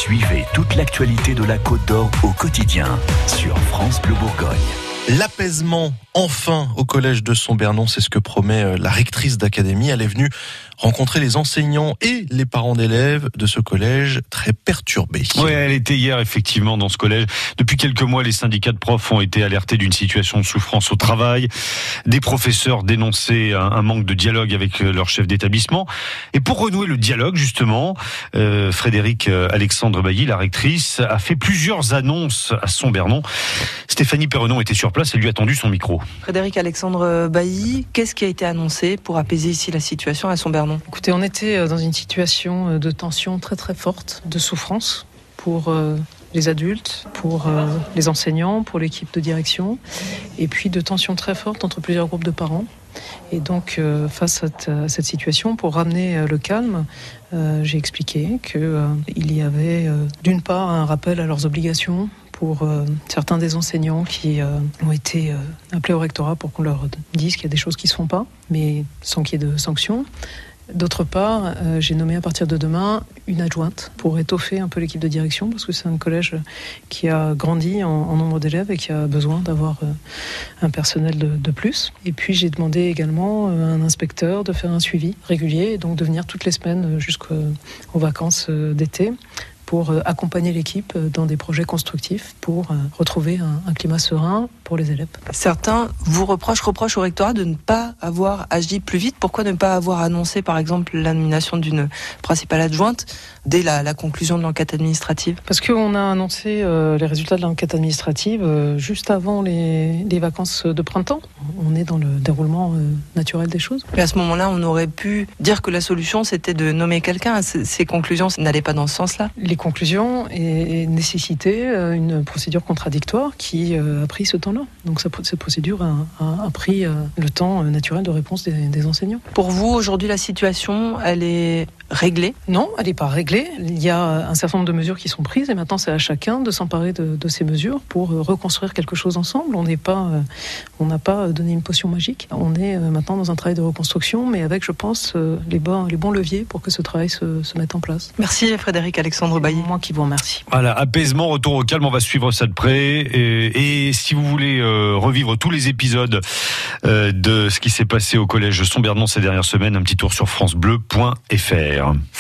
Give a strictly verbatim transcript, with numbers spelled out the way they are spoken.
Suivez toute l'actualité de la Côte d'Or au quotidien sur France Bleu Bourgogne. L'apaisement, enfin, au collège de Sombernon, c'est ce que promet la rectrice d'académie. Elle est venue rencontrer les enseignants et les parents d'élèves de ce collège très perturbé. Oui, elle était hier effectivement dans ce collège. Depuis quelques mois, les syndicats de profs ont été alertés d'une situation de souffrance au travail. Des professeurs dénonçaient un, un manque de dialogue avec leur chef d'établissement. Et pour renouer le dialogue, justement, euh, Frédéric Alexandre Bailly, la rectrice, a fait plusieurs annonces à Sombernon. Stéphanie Perrenon était sur place et lui a tendu son micro. Frédéric Alexandre Bailly, qu'est-ce qui a été annoncé pour apaiser ici la situation à Sombernon ? Écoutez, on était dans une situation de tension très très forte, de souffrance pour euh, les adultes, pour euh, les enseignants, pour l'équipe de direction, et puis de tension très forte entre plusieurs groupes de parents. Et donc, euh, face à, t- à cette situation, pour ramener euh, le calme, euh, j'ai expliqué qu'il euh, y avait euh, d'une part un rappel à leurs obligations pour euh, certains des enseignants qui euh, ont été euh, appelés au rectorat pour qu'on leur dise qu'il y a des choses qui ne se font pas, mais sans qu'il y ait de sanctions. D'autre part, euh, j'ai nommé à partir de demain une adjointe pour étoffer un peu l'équipe de direction, parce que c'est un collège qui a grandi en, en nombre d'élèves et qui a besoin d'avoir euh, un personnel de, de plus. Et puis j'ai demandé également euh, à un inspecteur de faire un suivi régulier, et donc de venir toutes les semaines jusqu'aux vacances euh, d'été, pour accompagner l'équipe dans des projets constructifs pour retrouver un, un climat serein pour les élèves. Certains vous reprochent, reprochent au rectorat de ne pas avoir agi plus vite. Pourquoi ne pas avoir annoncé, par exemple, la nomination d'une principale adjointe dès la, la conclusion de l'enquête administrative ? Parce qu'on a annoncé euh, les résultats de l'enquête administrative euh, juste avant les, les vacances de printemps. On est dans le déroulement euh, naturel des choses. Mais à ce moment-là, on aurait pu dire que la solution, c'était de nommer quelqu'un. Ces, ces conclusions n'allaient pas dans ce sens-là. Les conclusions et nécessitaient une procédure contradictoire qui a pris ce temps-là. Donc cette procédure a, a, a pris le temps naturel de réponse des, des enseignants. Pour vous, aujourd'hui, la situation, elle est réglée ? Non, elle n'est pas réglée. Il y a un certain nombre de mesures qui sont prises et maintenant c'est à chacun de s'emparer de, de ces mesures pour reconstruire quelque chose ensemble. On n'est pas, on n'a pas donné une potion magique. On est maintenant dans un travail de reconstruction, mais avec, je pense, les bons, les bons leviers pour que ce travail se, se mette en place. Merci Frédéric Alexandre Bailly. Moi qui vous remercie. Voilà, apaisement, retour au calme, on va suivre ça de près. Et, et si vous voulez euh, revivre tous les épisodes euh, de ce qui s'est passé au collège Sombernon ces dernières semaines, un petit tour sur francebleu point fr.